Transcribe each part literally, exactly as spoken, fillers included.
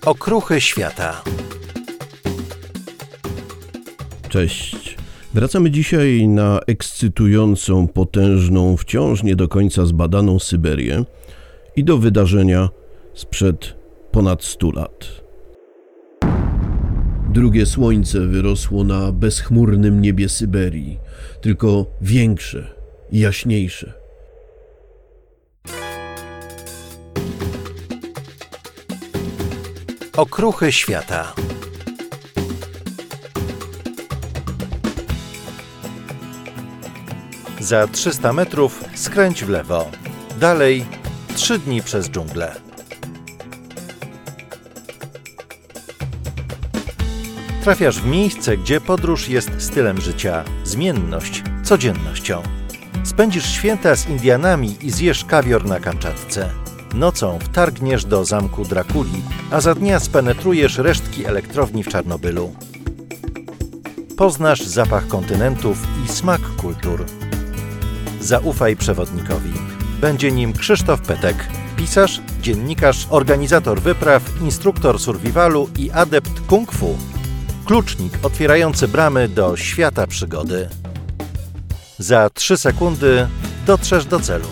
Okruchy świata. Cześć. Wracamy dzisiaj na ekscytującą, potężną, wciąż nie do końca zbadaną Syberię i do wydarzenia sprzed ponad stu lat. Drugie słońce wyrosło na bezchmurnym niebie Syberii, tylko większe i jaśniejsze. Okruchy świata. Za trzysta metrów skręć w lewo. Dalej trzy dni przez dżunglę. Trafiasz w miejsce, gdzie podróż jest stylem życia, zmienność codziennością. Spędzisz święta z Indianami i zjesz kawior na Kamczatce. Nocą wtargniesz do zamku Drakuli, a za dnia spenetrujesz resztki elektrowni w Czarnobylu. Poznasz zapach kontynentów i smak kultur. Zaufaj przewodnikowi. Będzie nim Krzysztof Petek, pisarz, dziennikarz, organizator wypraw, instruktor survivalu i adept kung fu. Klucznik otwierający bramy do świata przygody. Za trzy sekundy dotrzesz do celu.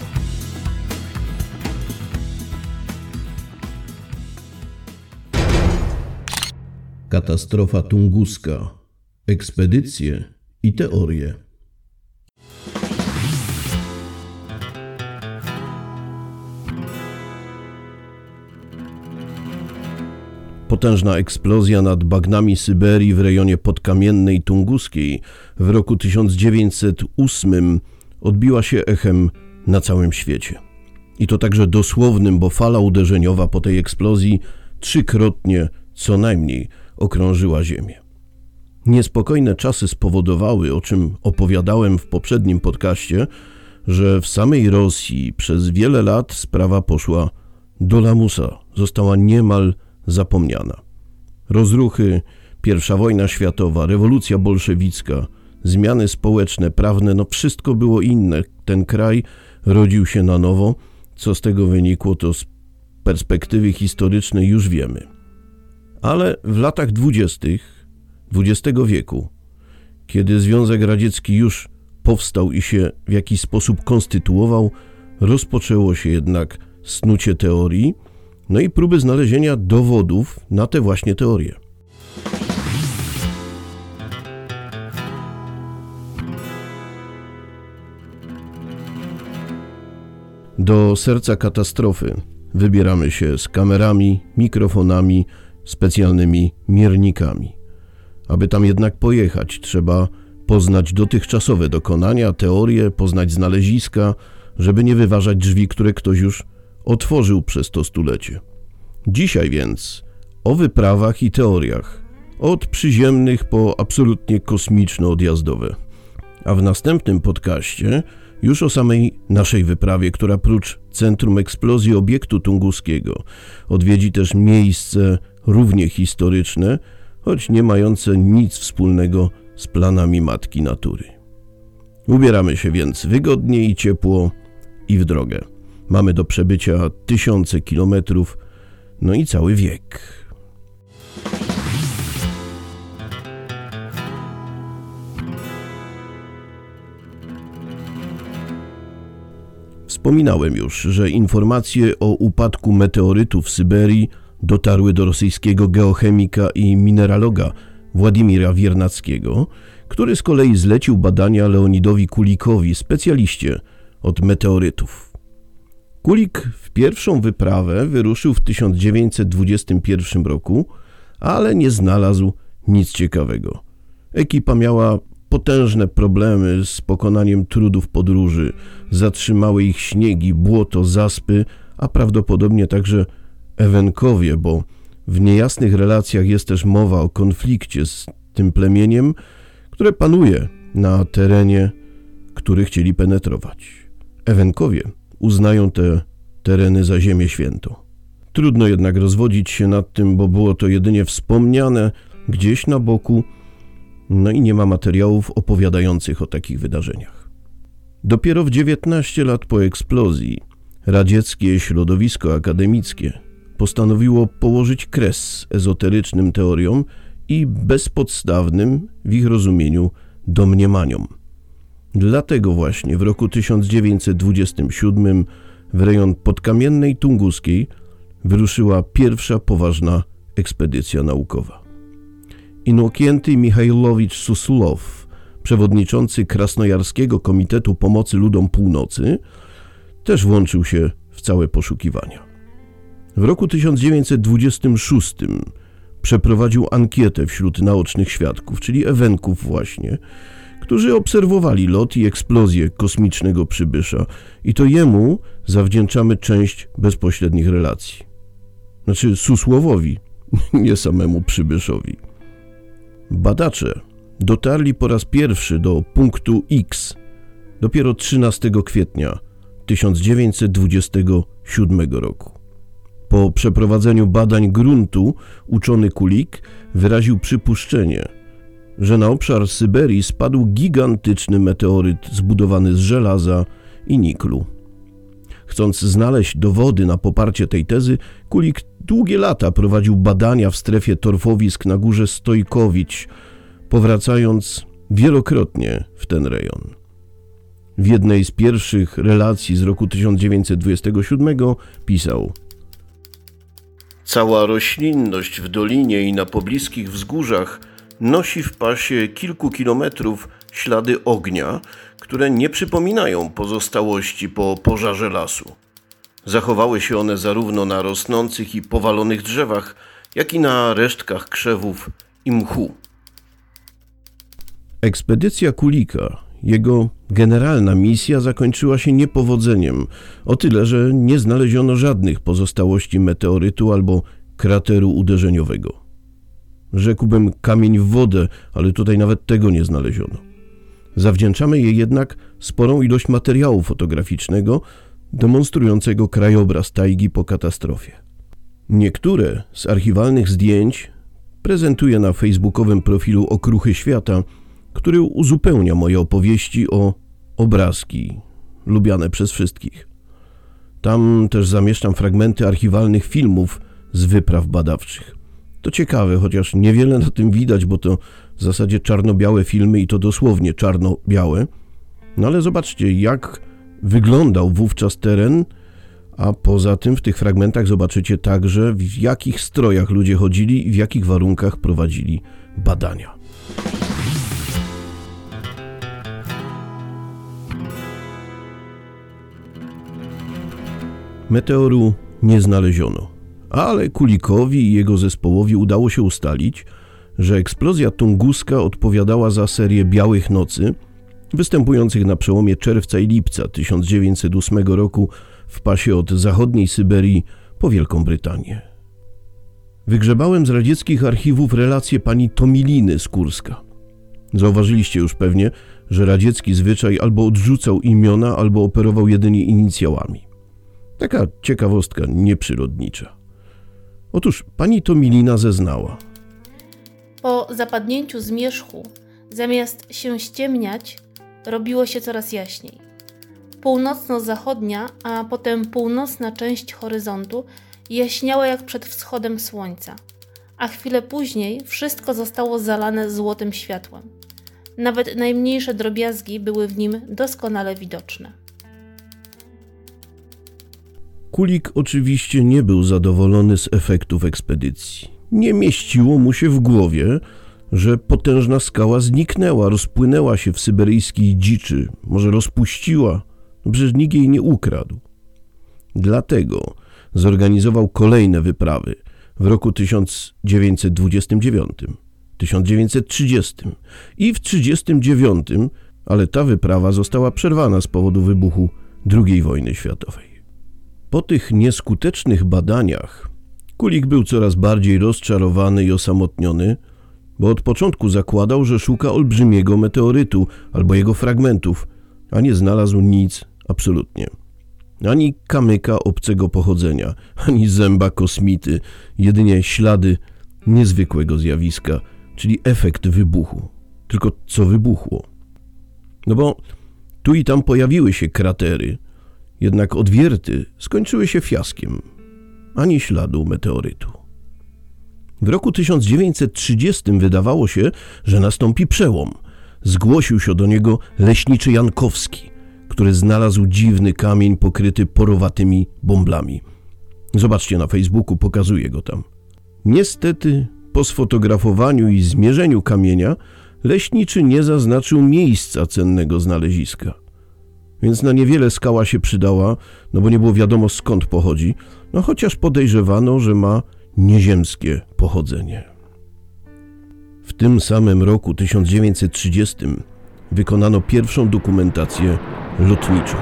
Katastrofa tunguska. Ekspedycje i teorie. Potężna eksplozja nad bagnami Syberii w rejonie podkamiennej tunguskiej w roku tysiąc dziewięćset ósmym odbiła się echem na całym świecie. I to także dosłownym, bo fala uderzeniowa po tej eksplozji trzykrotnie co najmniej okrążyła Ziemię. Niespokojne czasy spowodowały, o czym opowiadałem w poprzednim podcaście, że w samej Rosji przez wiele lat sprawa poszła do lamusa, została niemal zapomniana. Rozruchy, pierwsza wojna światowa, rewolucja bolszewicka, zmiany społeczne, prawne, no wszystko było inne. Ten kraj rodził się na nowo. Co z tego wynikło, to z perspektywy historycznej już wiemy. Ale w latach dwudziestych dwudziestego wieku, kiedy Związek Radziecki już powstał i się w jakiś sposób konstytuował, rozpoczęło się jednak snucie teorii, no i próby znalezienia dowodów na te właśnie teorie. Do serca katastrofy wybieramy się z kamerami, mikrofonami, specjalnymi miernikami. Aby tam jednak pojechać, trzeba poznać dotychczasowe dokonania, teorie, poznać znaleziska, żeby nie wyważać drzwi, które ktoś już otworzył przez to stulecie. Dzisiaj więc o wyprawach i teoriach, od przyziemnych po absolutnie kosmiczno-odjazdowe. A w następnym podcaście już o samej naszej wyprawie, która prócz centrum eksplozji obiektu tunguskiego odwiedzi też miejsce równie historyczne, choć nie mające nic wspólnego z planami matki natury. Ubieramy się więc wygodnie i ciepło i w drogę. Mamy do przebycia tysiące kilometrów, no i cały wiek. Wspominałem już, że informacje o upadku meteorytu w Syberii dotarły do rosyjskiego geochemika i mineraloga Władimira Wiernackiego, który z kolei zlecił badania Leonidowi Kulikowi, specjaliście od meteorytów. Kulik w pierwszą wyprawę wyruszył w tysiąc dziewięćset dwudziestym pierwszym roku, ale nie znalazł nic ciekawego. Ekipa miała potężne problemy z pokonaniem trudów podróży, zatrzymały ich śniegi, błoto, zaspy, a prawdopodobnie także Ewenkowie, bo w niejasnych relacjach jest też mowa o konflikcie z tym plemieniem, które panuje na terenie, który chcieli penetrować. Ewenkowie uznają te tereny za ziemię świętą. Trudno jednak rozwodzić się nad tym, bo było to jedynie wspomniane gdzieś na boku, no i nie ma materiałów opowiadających o takich wydarzeniach. Dopiero w dziewiętnaście lat po eksplozji radzieckie środowisko akademickie postanowiło położyć kres ezoterycznym teoriom i bezpodstawnym, w ich rozumieniu, domniemaniom. Dlatego właśnie w roku tysiąc dziewięćset dwudziestym siódmym w rejon podkamiennej tunguskiej wyruszyła pierwsza poważna ekspedycja naukowa. Inokwienty Michajlowicz Susłow, przewodniczący Krasnojarskiego Komitetu Pomocy Ludom Północy, też włączył się w całe poszukiwania. W roku tysiąc dziewięćset dwudziestym szóstym przeprowadził ankietę wśród naocznych świadków, czyli ewenków właśnie, którzy obserwowali lot i eksplozję kosmicznego przybysza i to jemu zawdzięczamy część bezpośrednich relacji. Znaczy Susłowowi, nie samemu przybyszowi. Badacze dotarli po raz pierwszy do punktu X dopiero trzynastego kwietnia tysiąc dziewięćset dwudziestego siódmego roku. Po przeprowadzeniu badań gruntu uczony Kulik wyraził przypuszczenie, że na obszar Syberii spadł gigantyczny meteoryt zbudowany z żelaza i niklu. Chcąc znaleźć dowody na poparcie tej tezy, Kulik długie lata prowadził badania w strefie torfowisk na górze Stojkowicz, powracając wielokrotnie w ten rejon. W jednej z pierwszych relacji z roku tysiąc dziewięćset dwudziestego siódmego pisał: Cała roślinność w dolinie i na pobliskich wzgórzach nosi w pasie kilku kilometrów ślady ognia, które nie przypominają pozostałości po pożarze lasu. Zachowały się one zarówno na rosnących i powalonych drzewach, jak i na resztkach krzewów i mchu. Ekspedycja Kulika, jego generalna misja zakończyła się niepowodzeniem, o tyle, że nie znaleziono żadnych pozostałości meteorytu albo krateru uderzeniowego. Rzekłbym kamień w wodę, ale tutaj nawet tego nie znaleziono. Zawdzięczamy jej jednak sporą ilość materiału fotograficznego demonstrującego krajobraz tajgi po katastrofie. Niektóre z archiwalnych zdjęć prezentuję na facebookowym profilu Okruchy Świata, który uzupełnia moje opowieści o obrazki lubiane przez wszystkich. Tam też zamieszczam fragmenty archiwalnych filmów z wypraw badawczych. To ciekawe, chociaż niewiele na tym widać, bo to w zasadzie czarno-białe filmy i to dosłownie czarno-białe. No ale zobaczcie, jak wyglądał wówczas teren, a poza tym w tych fragmentach zobaczycie także, w jakich strojach ludzie chodzili i w jakich warunkach prowadzili badania. Meteoru nie znaleziono, ale Kulikowi i jego zespołowi udało się ustalić, że eksplozja tunguska odpowiadała za serię białych nocy występujących na przełomie czerwca i lipca tysiąc dziewięćset ósmego roku w pasie od zachodniej Syberii po Wielką Brytanię. Wygrzebałem z radzieckich archiwów relację pani Tomiliny z Kurska. Zauważyliście już pewnie, że radziecki zwyczaj albo odrzucał imiona, albo operował jedynie inicjałami. Taka ciekawostka nieprzyrodnicza. Otóż pani Tomilina zeznała: Po zapadnięciu zmierzchu, zamiast się ściemniać, robiło się coraz jaśniej. Północno-zachodnia, a potem północna część horyzontu jaśniała jak przed wschodem słońca, a chwilę później wszystko zostało zalane złotym światłem. Nawet najmniejsze drobiazgi były w nim doskonale widoczne. Kulik oczywiście nie był zadowolony z efektów ekspedycji. Nie mieściło mu się w głowie, że potężna skała zniknęła, rozpłynęła się w syberyjskiej dziczy, może rozpuściła, przecież nikt jej nie ukradł. Dlatego zorganizował kolejne wyprawy w roku tysiąc dziewięćset dwudziestym dziewiątym, tysiąc dziewięćset trzydziestym i w tysiąc dziewięćset trzydziestym dziewiątym, ale ta wyprawa została przerwana z powodu wybuchu drugiej wojny światowej. Po tych nieskutecznych badaniach Kulik był coraz bardziej rozczarowany i osamotniony, bo od początku zakładał, że szuka olbrzymiego meteorytu albo jego fragmentów, a nie znalazł nic absolutnie. Ani kamyka obcego pochodzenia, ani zęba kosmity, jedynie ślady niezwykłego zjawiska, czyli efekt wybuchu. Tylko co wybuchło? No bo tu i tam pojawiły się kratery, jednak odwierty skończyły się fiaskiem. ani śladu meteorytu. W roku tysiąc dziewięćset trzydziestym wydawało się, że nastąpi przełom. Zgłosił się do niego leśniczy Jankowski, który znalazł dziwny kamień pokryty porowatymi bąblami. Zobaczcie na Facebooku, pokazuję go tam. Niestety, po sfotografowaniu i zmierzeniu kamienia, leśniczy nie zaznaczył miejsca cennego znaleziska. Więc na niewiele skała się przydała, no bo nie było wiadomo skąd pochodzi, no chociaż podejrzewano, że ma nieziemskie pochodzenie. W tym samym roku tysiąc dziewięćset trzydziestym wykonano pierwszą dokumentację lotniczą.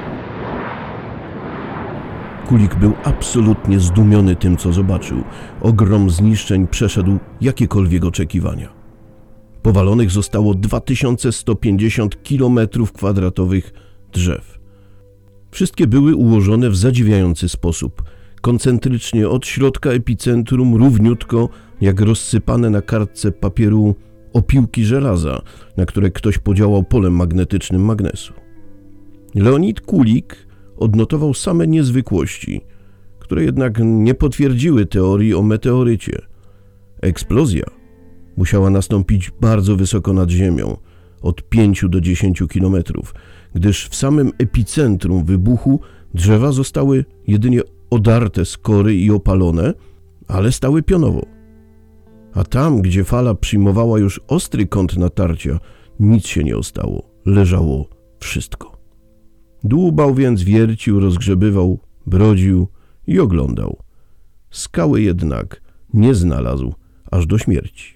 Kulik był absolutnie zdumiony tym, co zobaczył. Ogrom zniszczeń przeszedł jakiekolwiek oczekiwania. Powalonych zostało dwa tysiące sto pięćdziesiąt kilometrów kwadratowych drzew. Wszystkie były ułożone w zadziwiający sposób. Koncentrycznie od środka epicentrum, równiutko, jak rozsypane na kartce papieru opiłki żelaza, na które ktoś podziałał polem magnetycznym magnesu. Leonid Kulik odnotował same niezwykłości, które jednak nie potwierdziły teorii o meteorycie. Eksplozja musiała nastąpić bardzo wysoko nad ziemią, od pięciu do dziesięciu kilometrów, gdyż w samym epicentrum wybuchu drzewa zostały jedynie odarte z kory i opalone, ale stały pionowo. A tam, gdzie fala przyjmowała już ostry kąt natarcia, nic się nie ostało, leżało wszystko. Dłubał więc, wiercił, rozgrzebywał, brodził i oglądał. Skały jednak nie znalazł aż do śmierci.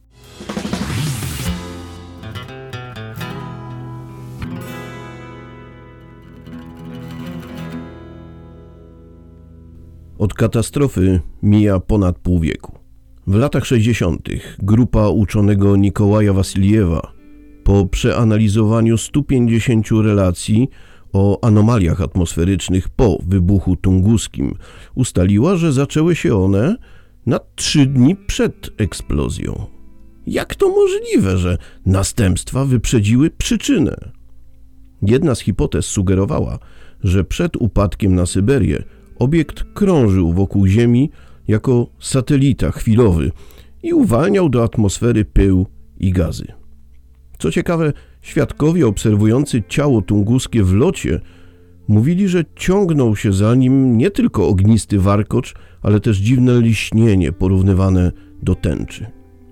Od katastrofy mija ponad pół wieku. W latach sześćdziesiątych grupa uczonego Nikołaja Wasiljewa po przeanalizowaniu stu pięćdziesięciu relacji o anomaliach atmosferycznych po wybuchu tunguskim ustaliła, że zaczęły się one na trzy dni przed eksplozją. Jak to możliwe, że następstwa wyprzedziły przyczynę? Jedna z hipotez sugerowała, że przed upadkiem na Syberię obiekt krążył wokół Ziemi jako satelita chwilowy i uwalniał do atmosfery pył i gazy. Co ciekawe, świadkowie obserwujący ciało tunguskie w locie mówili, że ciągnął się za nim nie tylko ognisty warkocz, ale też dziwne liśnienie porównywane do tęczy.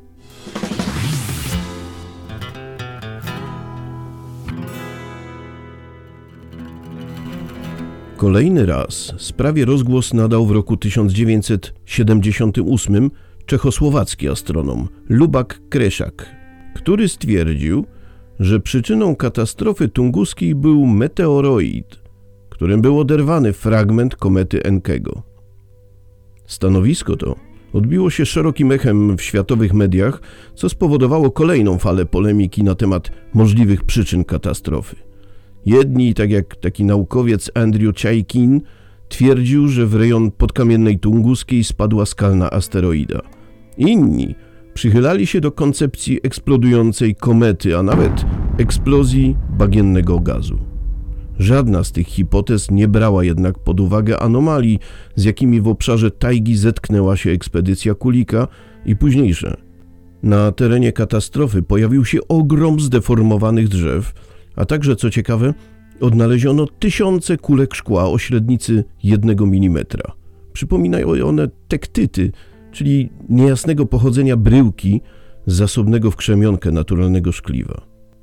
Kolejny raz sprawie rozgłos nadał w roku tysiąc dziewięćset siedemdziesiątym ósmym czechosłowacki astronom Lubak Kreszak, który stwierdził, że przyczyną katastrofy tunguskiej był meteoroid, którym był oderwany fragment komety Encke'ego. Stanowisko to odbiło się szerokim echem w światowych mediach, co spowodowało kolejną falę polemiki na temat możliwych przyczyn katastrofy. Jedni, tak jak taki naukowiec Andrew Chaikin, twierdził, że w rejon podkamiennej tunguskiej spadła skalna asteroida. Inni przychylali się do koncepcji eksplodującej komety, a nawet eksplozji bagiennego gazu. Żadna z tych hipotez nie brała jednak pod uwagę anomalii, z jakimi w obszarze tajgi zetknęła się ekspedycja Kulika i późniejsze. Na terenie katastrofy pojawił się ogrom zdeformowanych drzew, a także, co ciekawe, odnaleziono tysiące kulek szkła o średnicy jednego milimetra. Przypominają one tektyty, czyli niejasnego pochodzenia bryłki zasobnego w krzemionkę naturalnego szkliwa.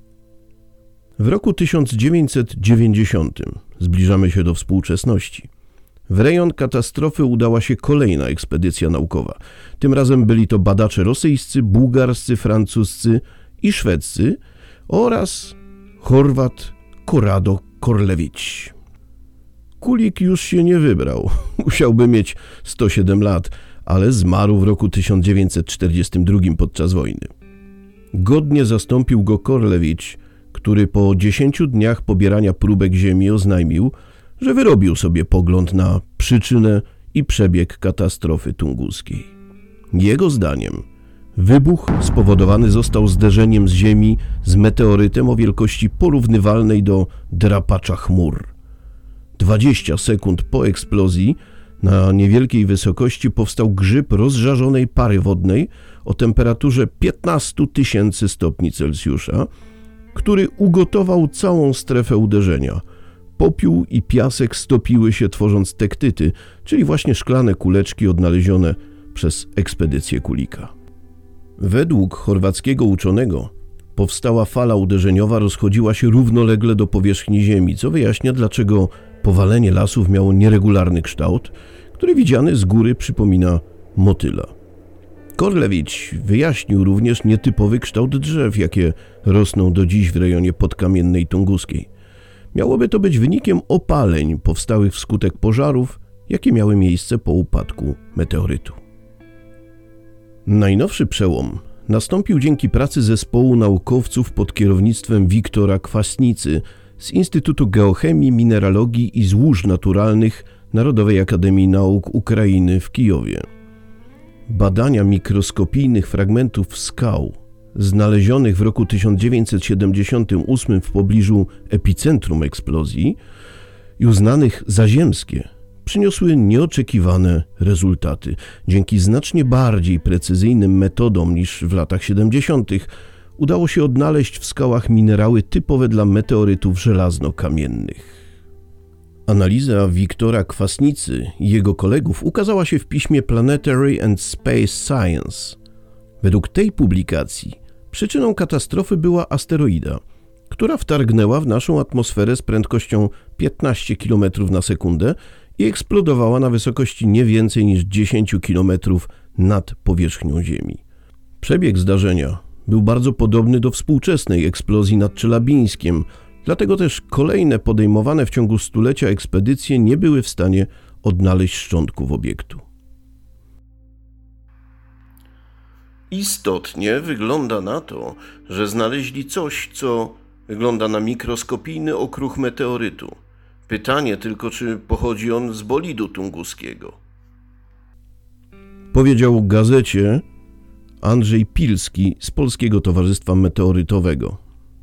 W roku tysiąc dziewięćset dziewięćdziesiątym zbliżamy się do współczesności. W rejon katastrofy udała się kolejna ekspedycja naukowa. Tym razem byli to badacze rosyjscy, bułgarscy, francuscy i szwedzcy oraz Chorwat Korado Korlewicz. Kulik już się nie wybrał. Musiałby mieć sto siedem lat, ale zmarł w roku tysiąc dziewięćset czterdziestym drugim podczas wojny. Godnie zastąpił go Korlewicz, który po dziesięciu dniach pobierania próbek ziemi oznajmił, że wyrobił sobie pogląd na przyczynę i przebieg katastrofy tunguskiej. Jego zdaniem wybuch spowodowany został zderzeniem z Ziemi z meteorytem o wielkości porównywalnej do drapacza chmur. dwadzieścia sekund po eksplozji Na niewielkiej wysokości powstał grzyb rozżarzonej pary wodnej o temperaturze piętnaście tysięcy stopni Celsjusza, który ugotował całą strefę uderzenia. Popiół i piasek stopiły się, tworząc tektyty, czyli właśnie szklane kuleczki odnalezione przez ekspedycję Kulika. Według chorwackiego uczonego powstała fala uderzeniowa rozchodziła się równolegle do powierzchni Ziemi, co wyjaśnia, dlaczego powalenie lasów miało nieregularny kształt, który widziany z góry przypomina motyla. Korlewicz wyjaśnił również nietypowy kształt drzew, jakie rosną do dziś w rejonie podkamiennej tunguskiej. Miałoby to być wynikiem opaleń powstałych wskutek pożarów, jakie miały miejsce po upadku meteorytu. Najnowszy przełom nastąpił dzięki pracy zespołu naukowców pod kierownictwem Wiktora Kwasnicy z Instytutu Geochemii, Mineralogii i Złóż Naturalnych Narodowej Akademii Nauk Ukrainy w Kijowie. Badania mikroskopijnych fragmentów skał znalezionych w roku tysiąc dziewięćset siedemdziesiątym ósmym w pobliżu epicentrum eksplozji i uznanych za ziemskie przyniosły nieoczekiwane rezultaty. Dzięki znacznie bardziej precyzyjnym metodom niż w latach siedemdziesiątych udało się odnaleźć w skałach minerały typowe dla meteorytów żelazno-kamiennych. Analiza Wiktora Kwasnicy i jego kolegów ukazała się w piśmie Planetary and Space Science. Według tej publikacji przyczyną katastrofy była asteroida, która wtargnęła w naszą atmosferę z prędkością piętnaście kilometrów na sekundę i eksplodowała na wysokości nie więcej niż dziesięć kilometrów nad powierzchnią Ziemi. Przebieg zdarzenia był bardzo podobny do współczesnej eksplozji nad Czelabińskiem, dlatego też kolejne podejmowane w ciągu stulecia ekspedycje nie były w stanie odnaleźć szczątków obiektu. Istotnie wygląda na to, że znaleźli coś, co wygląda na mikroskopijny okruch meteorytu. Pytanie tylko, czy pochodzi on z bolidu tunguskiego. Powiedział gazecie Andrzej Pilski z Polskiego Towarzystwa Meteorytowego.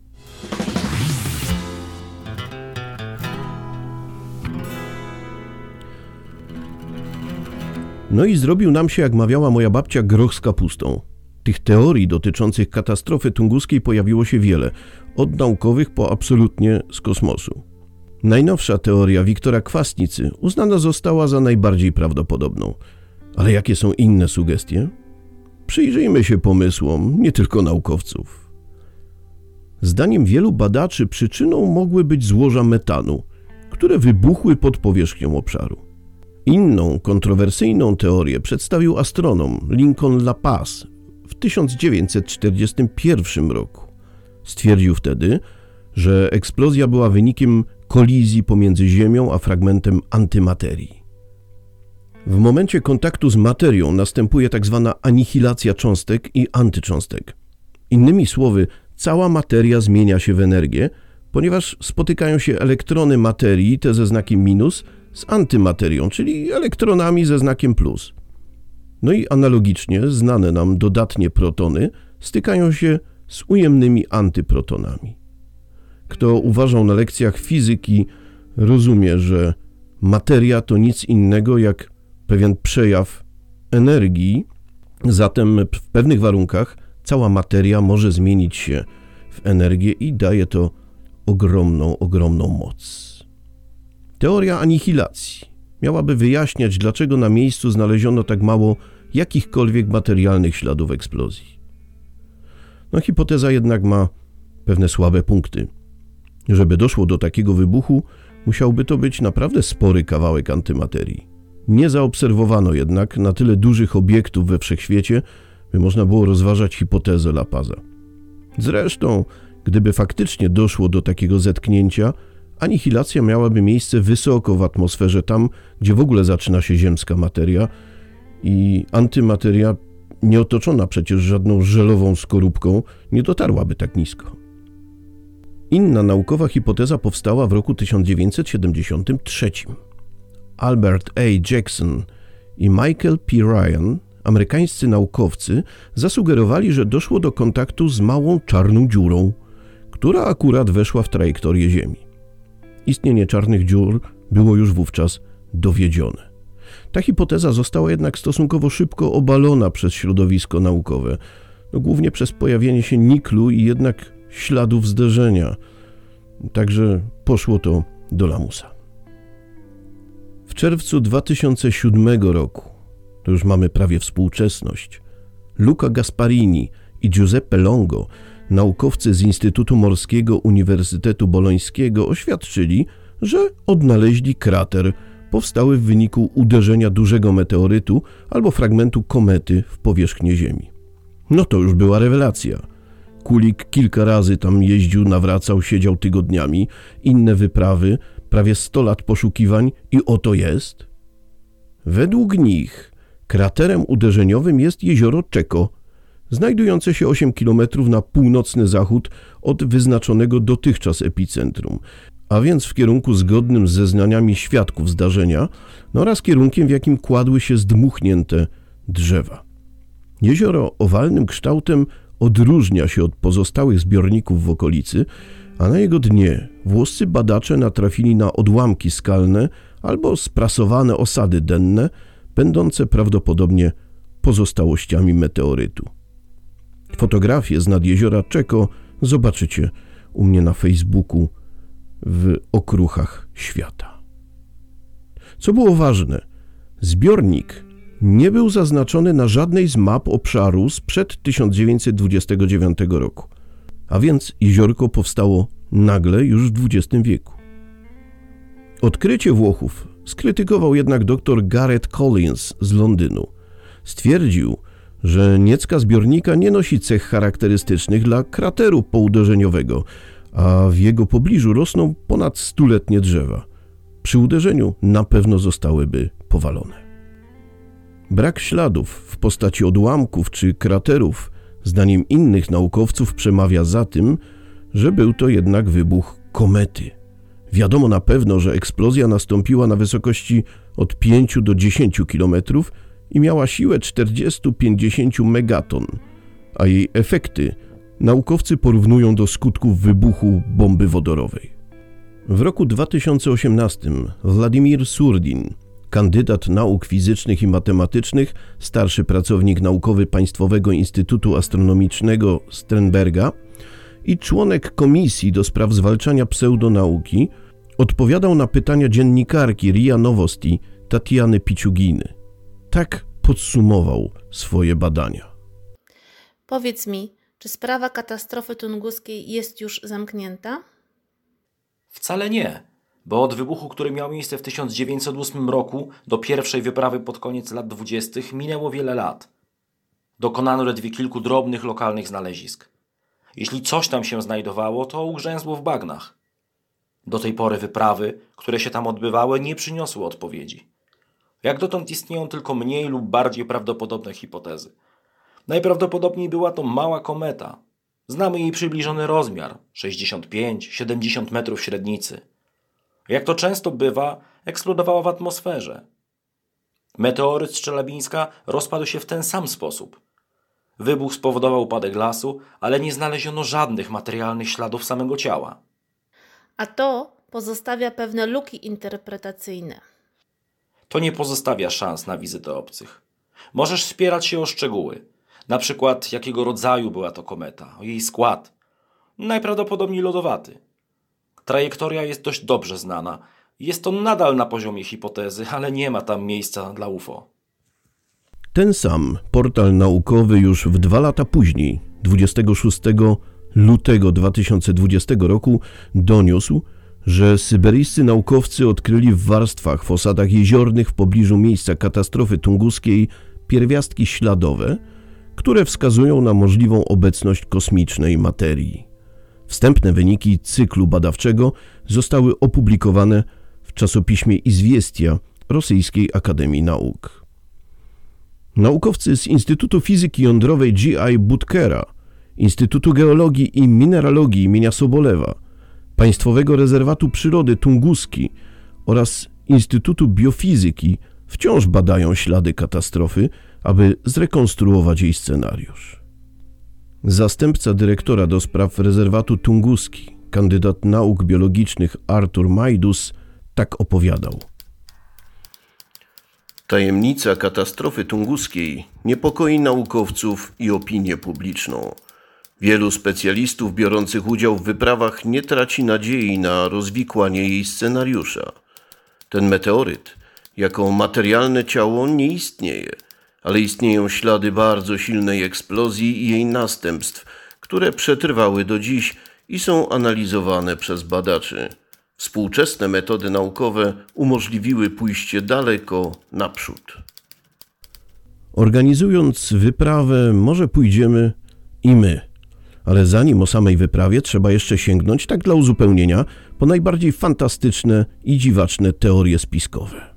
No i zrobił nam się, jak mawiała moja babcia, groch z kapustą. Tych teorii dotyczących katastrofy tunguskiej pojawiło się wiele, od naukowych po absolutnie z kosmosu. Najnowsza teoria Wiktora Kwasnicy uznana została za najbardziej prawdopodobną. Ale jakie są inne sugestie? Przyjrzyjmy się pomysłom, nie tylko naukowców. Zdaniem wielu badaczy przyczyną mogły być złoża metanu, które wybuchły pod powierzchnią obszaru. Inną, kontrowersyjną teorię przedstawił astronom Lincoln LaPaz w tysiąc dziewięćset czterdziestym pierwszym roku. Stwierdził wtedy, że eksplozja była wynikiem kolizji pomiędzy Ziemią a fragmentem antymaterii. W momencie kontaktu z materią następuje tak zwana anihilacja cząstek i antycząstek. Innymi słowy, cała materia zmienia się w energię, ponieważ spotykają się elektrony materii, te ze znakiem minus, z antymaterią, czyli elektronami ze znakiem plus. No i analogicznie znane nam dodatnie protony stykają się z ujemnymi antyprotonami. Kto uważał na lekcjach fizyki, rozumie, że materia to nic innego jak pewien przejaw energii, zatem w pewnych warunkach cała materia może zmienić się w energię i daje to ogromną, ogromną moc. Teoria anihilacji miałaby wyjaśniać, dlaczego na miejscu znaleziono tak mało jakichkolwiek materialnych śladów eksplozji. No hipoteza jednak ma pewne słabe punkty. Żeby doszło do takiego wybuchu, musiałby to być naprawdę spory kawałek antymaterii. Nie zaobserwowano jednak na tyle dużych obiektów we wszechświecie, by można było rozważać hipotezę LaPaza. Zresztą, gdyby faktycznie doszło do takiego zetknięcia, anihilacja miałaby miejsce wysoko w atmosferze, tam, gdzie w ogóle zaczyna się ziemska materia i antymateria, nie otoczona przecież żadną żelową skorupką, nie dotarłaby tak nisko. Inna naukowa hipoteza powstała w roku tysiąc dziewięćset siedemdziesiątym trzecim. Albert A. Jackson i Michael P. Ryan, amerykańscy naukowcy, zasugerowali, że doszło do kontaktu z małą czarną dziurą, która akurat weszła w trajektorię Ziemi. Istnienie czarnych dziur było już wówczas dowiedzione. Ta hipoteza została jednak stosunkowo szybko obalona przez środowisko naukowe, no głównie przez pojawienie się niklu i jednak śladów zderzenia. Także poszło to do lamusa. W czerwcu dwa tysiące siódmego roku, to już mamy prawie współczesność, Luca Gasparini i Giuseppe Longo, naukowcy z Instytutu Morskiego Uniwersytetu Bolońskiego, oświadczyli, że odnaleźli krater powstały w wyniku uderzenia dużego meteorytu albo fragmentu komety w powierzchnię Ziemi. No to już była rewelacja. Kulik kilka razy tam jeździł, nawracał, siedział tygodniami, inne wyprawy, prawie sto lat poszukiwań i oto jest. Według nich kraterem uderzeniowym jest jezioro Czeko, znajdujące się osiem kilometrów na północny zachód od wyznaczonego dotychczas epicentrum, a więc w kierunku zgodnym z zeznaniami świadków zdarzenia, no oraz kierunkiem, w jakim kładły się zdmuchnięte drzewa. Jezioro owalnym kształtem odróżnia się od pozostałych zbiorników w okolicy, a na jego dnie włoscy badacze natrafili na odłamki skalne albo sprasowane osady denne, będące prawdopodobnie pozostałościami meteorytu. Fotografię z nad jeziora Czeko zobaczycie u mnie na Facebooku w okruchach świata. Co było ważne, zbiornik nie był zaznaczony na żadnej z map obszaru sprzed tysiąc dziewięćset dwudziestego dziewiątego roku, a więc jeziorko powstało nagle już w dwudziestym wieku. Odkrycie Włochów skrytykował jednak dr Gareth Collins z Londynu. Stwierdził, że niecka zbiornika nie nosi cech charakterystycznych dla krateru pouderzeniowego, a w jego pobliżu rosną ponad stuletnie drzewa. Przy uderzeniu na pewno zostałyby powalone. Brak śladów w postaci odłamków czy kraterów, zdaniem innych naukowców, przemawia za tym, że był to jednak wybuch komety. Wiadomo na pewno, że eksplozja nastąpiła na wysokości od pięciu do dziesięciu kilometrów i miała siłę czterdzieści do pięćdziesięciu megaton, a jej efekty naukowcy porównują do skutków wybuchu bomby wodorowej. W roku dwa tysiące osiemnastym Władimir Surdin, kandydat nauk fizycznych i matematycznych, starszy pracownik naukowy Państwowego Instytutu Astronomicznego Sternberga i członek Komisji do spraw zwalczania pseudonauki, odpowiadał na pytania dziennikarki R I A Novosti Tatiany Piciuginy. Tak podsumował swoje badania. Powiedz mi, czy sprawa katastrofy tunguskiej jest już zamknięta? Wcale nie, bo od wybuchu, który miał miejsce w tysiąc dziewięćset ósmym roku do pierwszej wyprawy pod koniec lat dwudziestych minęło wiele lat. Dokonano ledwie kilku drobnych lokalnych znalezisk. Jeśli coś tam się znajdowało, to ugrzęzło w bagnach. Do tej pory wyprawy, które się tam odbywały, nie przyniosły odpowiedzi. Jak dotąd istnieją tylko mniej lub bardziej prawdopodobne hipotezy. Najprawdopodobniej była to mała kometa. Znamy jej przybliżony rozmiar sześćdziesiąt pięć do siedemdziesięciu metrów średnicy. Jak to często bywa, eksplodowała w atmosferze. Meteoryt z Czelabińska rozpadł się w ten sam sposób. Wybuch spowodował upadek lasu, ale nie znaleziono żadnych materialnych śladów samego ciała. A to pozostawia pewne luki interpretacyjne. To nie pozostawia szans na wizytę obcych. Możesz spierać się o szczegóły. Na przykład jakiego rodzaju była to kometa, o jej skład. Najprawdopodobniej lodowaty. Trajektoria jest dość dobrze znana. Jest to nadal na poziomie hipotezy, ale nie ma tam miejsca dla U F O. Ten sam portal naukowy już w dwa lata później, dwudziestego szóstego lutego dwa tysiące dwudziestego roku, doniósł, że syberyjscy naukowcy odkryli w warstwach w osadach jeziornych w pobliżu miejsca katastrofy tunguskiej pierwiastki śladowe, które wskazują na możliwą obecność kosmicznej materii. Wstępne wyniki cyklu badawczego zostały opublikowane w czasopiśmie Izwiestia Rosyjskiej Akademii Nauk. Naukowcy z Instytutu Fizyki Jądrowej G I Butkera, Instytutu Geologii i Mineralogii imienia Sobolewa, Państwowego Rezerwatu Przyrody Tunguski oraz Instytutu Biofizyki wciąż badają ślady katastrofy, aby zrekonstruować jej scenariusz. Zastępca dyrektora do spraw rezerwatu Tunguski, kandydat nauk biologicznych Artur Majdus, tak opowiadał. Tajemnica katastrofy tunguskiej niepokoi naukowców i opinię publiczną. Wielu specjalistów biorących udział w wyprawach nie traci nadziei na rozwikłanie jej scenariusza. Ten meteoryt jako materialne ciało nie istnieje, ale istnieją ślady bardzo silnej eksplozji i jej następstw, które przetrwały do dziś i są analizowane przez badaczy. Współczesne metody naukowe umożliwiły pójście daleko naprzód. Organizując wyprawę, może pójdziemy i my. Ale zanim o samej wyprawie, trzeba jeszcze sięgnąć, tak dla uzupełnienia, po najbardziej fantastyczne i dziwaczne teorie spiskowe.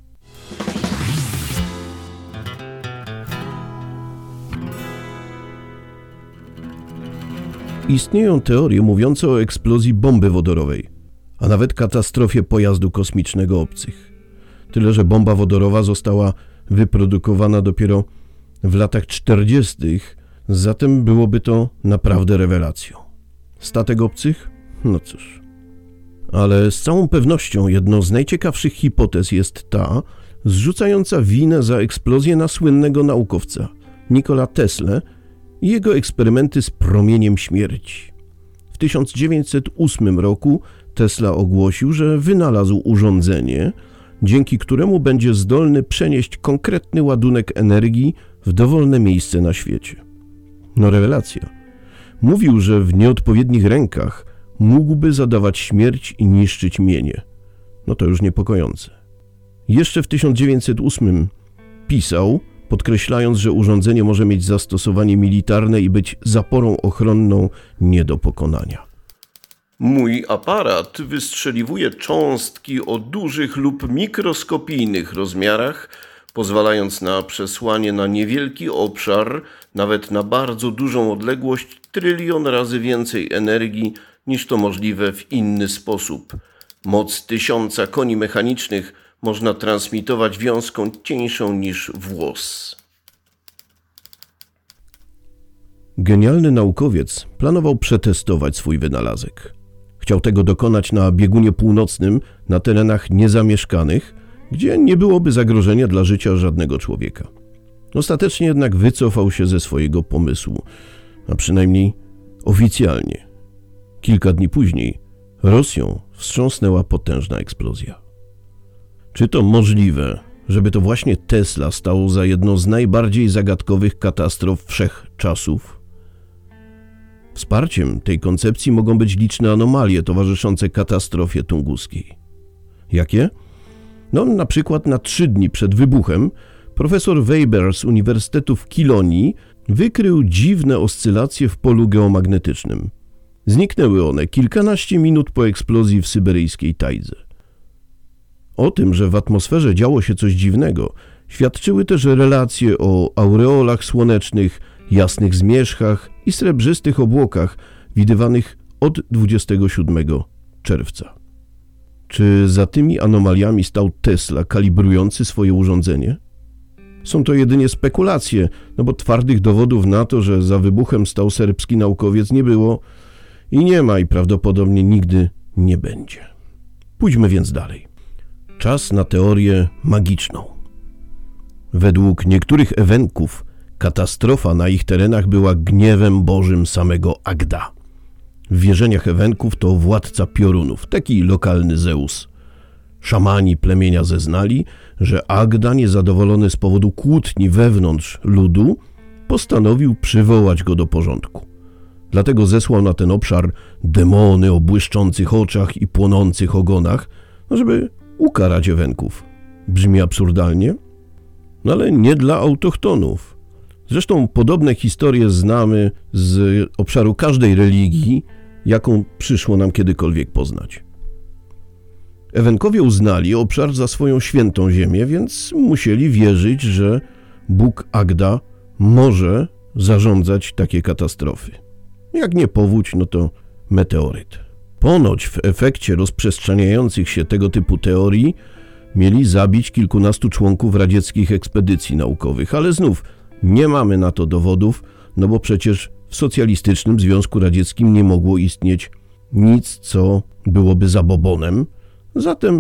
Istnieją teorie mówiące o eksplozji bomby wodorowej, a nawet katastrofie pojazdu kosmicznego obcych. Tyle, że bomba wodorowa została wyprodukowana dopiero w latach czterdziestych, zatem byłoby to naprawdę rewelacją. Statek obcych? No cóż. Ale z całą pewnością jedną z najciekawszych hipotez jest ta, zrzucająca winę za eksplozję na słynnego naukowca Nikola Teslę i jego eksperymenty z promieniem śmierci. W tysiąc dziewięćset ósmym roku Tesla ogłosił, że wynalazł urządzenie, dzięki któremu będzie zdolny przenieść konkretny ładunek energii w dowolne miejsce na świecie. No rewelacja. Mówił, że w nieodpowiednich rękach mógłby zadawać śmierć i niszczyć mienie. No to już niepokojące. Jeszcze w tysiąc dziewięćset ósmym pisał, podkreślając, że urządzenie może mieć zastosowanie militarne i być zaporą ochronną nie do pokonania. Mój aparat wystrzeliwuje cząstki o dużych lub mikroskopijnych rozmiarach, pozwalając na przesłanie na niewielki obszar, nawet na bardzo dużą odległość, trylion razy więcej energii niż to możliwe w inny sposób. Moc tysiąca koni mechanicznych można transmitować wiązką cieńszą niż włos. Genialny naukowiec planował przetestować swój wynalazek. Chciał tego dokonać na biegunie północnym, na terenach niezamieszkanych, gdzie nie byłoby zagrożenia dla życia żadnego człowieka. Ostatecznie jednak wycofał się ze swojego pomysłu, a przynajmniej oficjalnie. Kilka dni później Rosją wstrząsnęła potężna eksplozja. Czy to możliwe, żeby to właśnie Tesla stał za jedną z najbardziej zagadkowych katastrof wszechczasów? Wsparciem tej koncepcji mogą być liczne anomalie towarzyszące katastrofie tunguskiej. Jakie? No, na przykład na trzy dni przed wybuchem profesor Weber z Uniwersytetu w Kilonii wykrył dziwne oscylacje w polu geomagnetycznym. Zniknęły one kilkanaście minut po eksplozji w syberyjskiej tajdze. O tym, że w atmosferze działo się coś dziwnego, świadczyły też relacje o aureolach słonecznych, jasnych zmierzchach i srebrzystych obłokach widywanych od dwudziestego siódmego czerwca. Czy za tymi anomaliami stał Tesla kalibrujący swoje urządzenie? Są to jedynie spekulacje, no bo twardych dowodów na to, że za wybuchem stał serbski naukowiec, nie było i nie ma i prawdopodobnie nigdy nie będzie. Pójdźmy więc dalej. Czas na teorię magiczną. Według niektórych Ewenków katastrofa na ich terenach była gniewem bożym samego Agda. W wierzeniach Ewenków to władca piorunów, taki lokalny Zeus. Szamani plemienia zeznali, że Agda, niezadowolony z powodu kłótni wewnątrz ludu, postanowił przywołać go do porządku. Dlatego zesłał na ten obszar demony o błyszczących oczach i płonących ogonach, żeby ukarać Ewenków. Brzmi absurdalnie? No ale nie dla autochtonów. Zresztą podobne historie znamy z obszaru każdej religii, jaką przyszło nam kiedykolwiek poznać. Ewenkowie uznali obszar za swoją świętą ziemię, więc musieli wierzyć, że Bóg Agda może zarządzać takie katastrofy. Jak nie powódź, no to meteoryt. Ponoć w efekcie rozprzestrzeniających się tego typu teorii mieli zabić kilkunastu członków radzieckich ekspedycji naukowych, ale znów nie mamy na to dowodów, no bo przecież w socjalistycznym Związku Radzieckim nie mogło istnieć nic, co byłoby zabobonem, zatem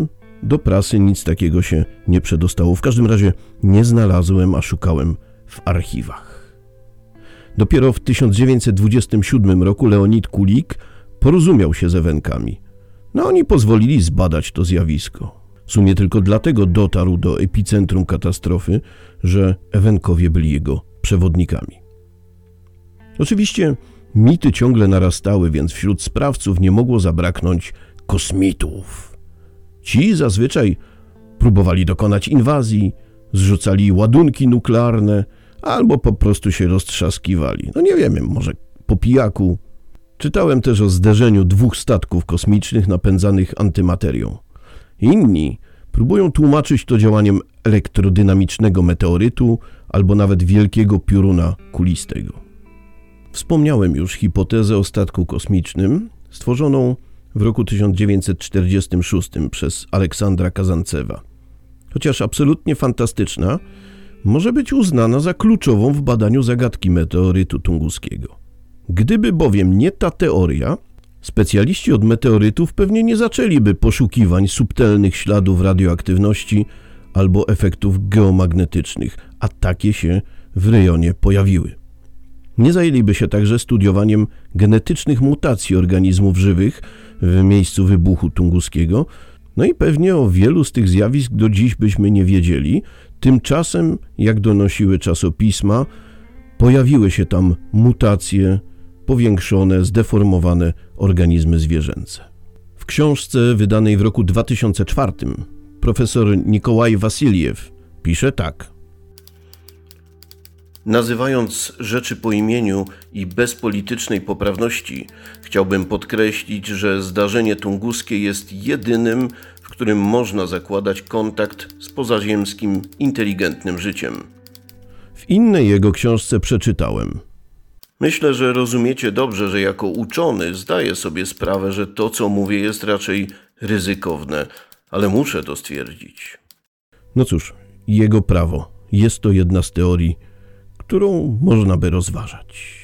do prasy nic takiego się nie przedostało. W każdym razie nie znalazłem, a szukałem w archiwach. Dopiero w tysiąc dziewięćset dwudziestym siódmym roku Leonid Kulik porozumiał się z Ewenkami. No oni pozwolili zbadać to zjawisko. W sumie tylko dlatego dotarł do epicentrum katastrofy, że Ewenkowie byli jego przewodnikami. Oczywiście mity ciągle narastały, więc wśród sprawców nie mogło zabraknąć kosmitów. Ci zazwyczaj próbowali dokonać inwazji, zrzucali ładunki nuklearne albo po prostu się roztrzaskiwali. No nie wiem, może po pijaku. Czytałem też o zderzeniu dwóch statków kosmicznych napędzanych antymaterią. Inni próbują tłumaczyć to działaniem elektrodynamicznego meteorytu albo nawet wielkiego pioruna kulistego. Wspomniałem już hipotezę o statku kosmicznym stworzoną w roku tysiąc dziewięćset czterdziestym szóstym przez Aleksandra Kazancewa. Chociaż absolutnie fantastyczna, może być uznana za kluczową w badaniu zagadki meteorytu tunguskiego. Gdyby bowiem nie ta teoria, specjaliści od meteorytów pewnie nie zaczęliby poszukiwań subtelnych śladów radioaktywności albo efektów geomagnetycznych, a takie się w rejonie pojawiły. Nie zajęliby się także studiowaniem genetycznych mutacji organizmów żywych w miejscu wybuchu tunguskiego, no i pewnie o wielu z tych zjawisk do dziś byśmy nie wiedzieli. Tymczasem, jak donosiły czasopisma, pojawiły się tam mutacje, powiększone, zdeformowane organizmy zwierzęce. W książce wydanej w roku dwa tysiące czwartym profesor Nikołaj Wasiljew pisze tak. Nazywając rzeczy po imieniu i bez politycznej poprawności, chciałbym podkreślić, że zdarzenie tunguskie jest jedynym, w którym można zakładać kontakt z pozaziemskim, inteligentnym życiem. W innej jego książce przeczytałem. Myślę, że rozumiecie dobrze, że jako uczony zdaję sobie sprawę, że to, co mówię, jest raczej ryzykowne, ale muszę to stwierdzić. No cóż, jego prawo. Jest to jedna z teorii, którą można by rozważać.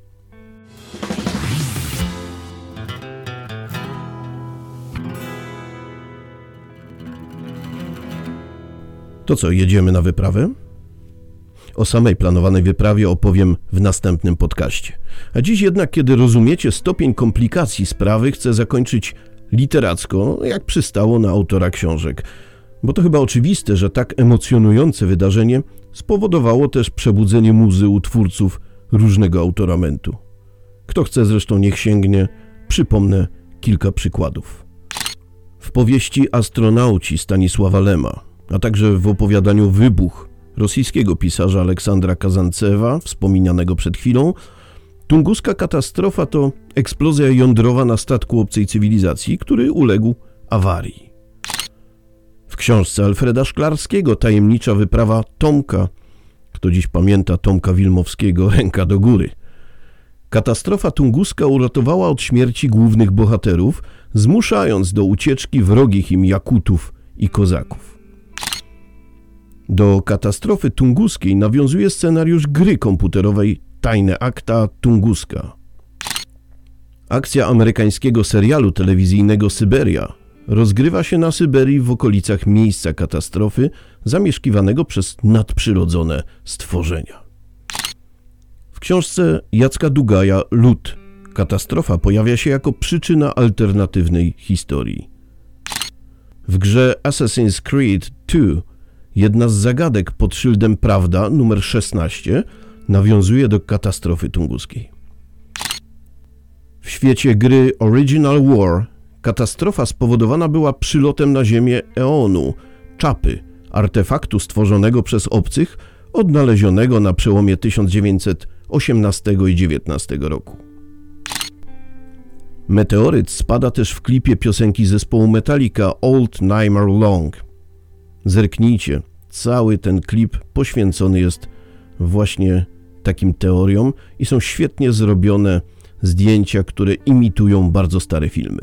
To co, jedziemy na wyprawę? O samej planowanej wyprawie opowiem w następnym podcaście. A dziś jednak, kiedy rozumiecie stopień komplikacji sprawy, chcę zakończyć literacko, jak przystało na autora książek. Bo to chyba oczywiste, że tak emocjonujące wydarzenie spowodowało też przebudzenie muzy u twórców różnego autoramentu. Kto chce zresztą niech sięgnie, przypomnę kilka przykładów. W powieści Astronauci Stanisława Lema, a także w opowiadaniu Wybuch rosyjskiego pisarza Aleksandra Kazancewa, wspominanego przed chwilą, tunguska katastrofa to eksplozja jądrowa na statku obcej cywilizacji, który uległ awarii. W książce Alfreda Szklarskiego Tajemnicza wyprawa Tomka, kto dziś pamięta Tomka Wilmowskiego, Ręka do góry. Katastrofa tunguska uratowała od śmierci głównych bohaterów, zmuszając do ucieczki wrogich im Jakutów i Kozaków. Do katastrofy tunguskiej nawiązuje scenariusz gry komputerowej Tajne akta Tunguska. Akcja amerykańskiego serialu telewizyjnego Syberia rozgrywa się na Syberii w okolicach miejsca katastrofy zamieszkiwanego przez nadprzyrodzone stworzenia. W książce Jacka Dugaja Lód katastrofa pojawia się jako przyczyna alternatywnej historii. W grze Assassin's Creed dwa jedna z zagadek pod szyldem Prawda numer szesnaście nawiązuje do katastrofy tunguskiej. W świecie gry Original War katastrofa spowodowana była przylotem na ziemię Eonu, czapy, artefaktu stworzonego przez obcych, odnalezionego na przełomie tysiąc dziewięćset osiemnastego i dziewiętnastego roku. Meteoryt spada też w klipie piosenki zespołu Metallica Old Nightmare Long. Zerknijcie, cały ten klip poświęcony jest właśnie takim teoriom i są świetnie zrobione zdjęcia, które imitują bardzo stare filmy.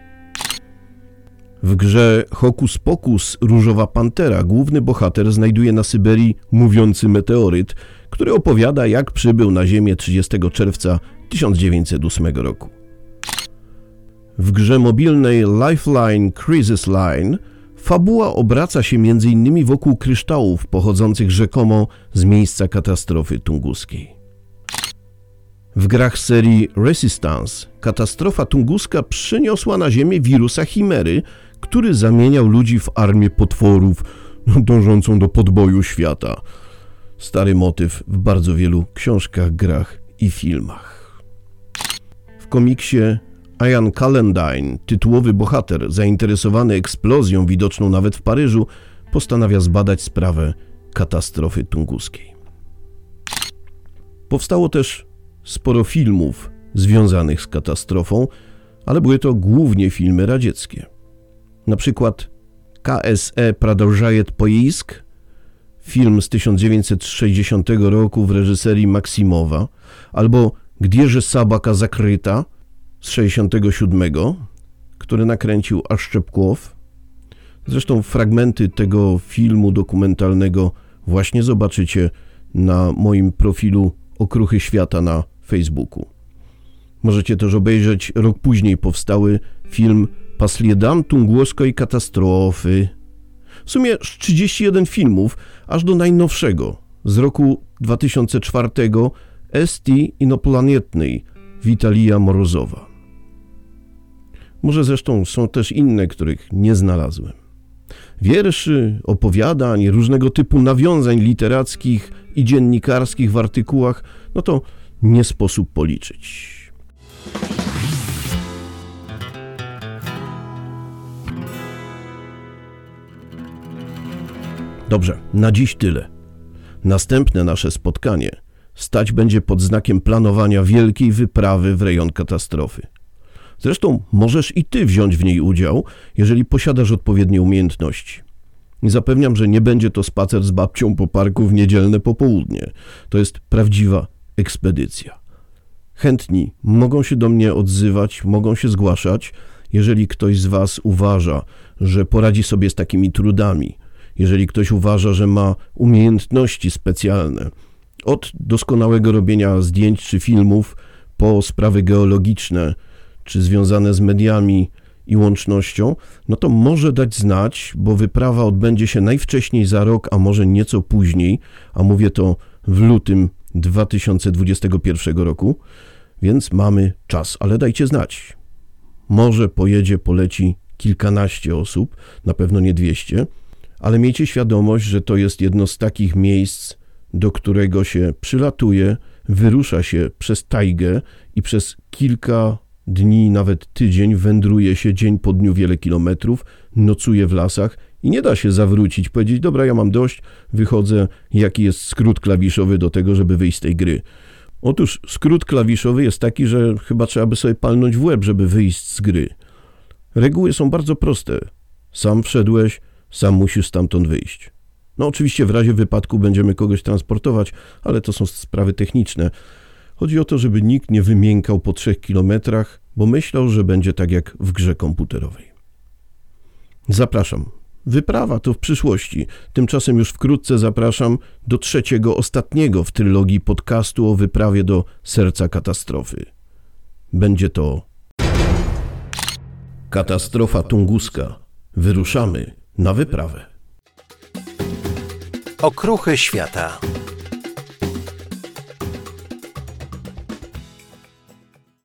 W grze Hokus Pokus Różowa Pantera główny bohater znajduje na Syberii mówiący meteoryt, który opowiada, jak przybył na Ziemię trzydziestego czerwca tysiąc dziewięćset ósmego roku. W grze mobilnej Lifeline Crisis Line Fabuła obraca się między innymi wokół kryształów pochodzących rzekomo z miejsca katastrofy tunguskiej. W grach serii Resistance katastrofa tunguska przyniosła na Ziemię wirusa chimery, który zamieniał ludzi w armię potworów dążącą do podboju świata. Stary motyw w bardzo wielu książkach, grach i filmach. W komiksie Ian Calendine, tytułowy bohater zainteresowany eksplozją widoczną nawet w Paryżu, postanawia zbadać sprawę katastrofy tunguskiej. Powstało też sporo filmów związanych z katastrofą, ale były to głównie filmy radzieckie. Na przykład K S E Продолжает поиск, film z tysiąc dziewięćset sześćdziesiątego roku w reżyserii Maksimowa, albo Gdzie же собака закрыта z sześćdziesiątego siódmego, który nakręcił Aszczepkow. Zresztą fragmenty tego filmu dokumentalnego właśnie zobaczycie na moim profilu Okruchy Świata na Facebooku. Możecie też obejrzeć rok później powstały film По следам тунгусской katastrofy. W sumie z trzydzieści jeden filmów, aż do najnowszego, z roku dwa tysiące czwartego, Est inoplanietnej Witalija Morozowa. Może zresztą są też inne, których nie znalazłem. Wierszy, opowiadań, różnego typu nawiązań literackich i dziennikarskich w artykułach, no to nie sposób policzyć. Dobrze, na dziś tyle. Następne nasze spotkanie stać będzie pod znakiem planowania wielkiej wyprawy w rejon katastrofy. Zresztą możesz i ty wziąć w niej udział, jeżeli posiadasz odpowiednie umiejętności. I zapewniam, że nie będzie to spacer z babcią po parku w niedzielne popołudnie. To jest prawdziwa ekspedycja. Chętni mogą się do mnie odzywać, mogą się zgłaszać, jeżeli ktoś z was uważa, że poradzi sobie z takimi trudami, jeżeli ktoś uważa, że ma umiejętności specjalne, od doskonałego robienia zdjęć czy filmów, po sprawy geologiczne, czy związane z mediami i łącznością, no to może dać znać, bo wyprawa odbędzie się najwcześniej za rok, a może nieco później, a mówię to w lutym dwa tysiące dwudziestego pierwszego roku, więc mamy czas, ale dajcie znać. Może pojedzie, poleci kilkanaście osób, na pewno nie dwieście, ale miejcie świadomość, że to jest jedno z takich miejsc, do którego się przylatuje, wyrusza się przez tajgę i przez kilka dni, nawet tydzień wędruje się dzień po dniu wiele kilometrów, nocuje w lasach i nie da się zawrócić, powiedzieć, dobra, ja mam dość, wychodzę, jaki jest skrót klawiszowy do tego, żeby wyjść z tej gry. Otóż skrót klawiszowy jest taki, że chyba trzeba by sobie palnąć w łeb, żeby wyjść z gry. Reguły są bardzo proste. Sam wszedłeś, sam musisz stamtąd wyjść. No oczywiście w razie wypadku będziemy kogoś transportować, ale to są sprawy techniczne. Chodzi o to, żeby nikt nie wymiękał po trzech kilometrach, bo myślał, że będzie tak jak w grze komputerowej. Zapraszam. Wyprawa to w przyszłości. Tymczasem już wkrótce zapraszam do trzeciego, ostatniego w trylogii podcastu o wyprawie do serca katastrofy. Będzie to katastrofa tunguska. Wyruszamy na wyprawę. Okruchy Świata.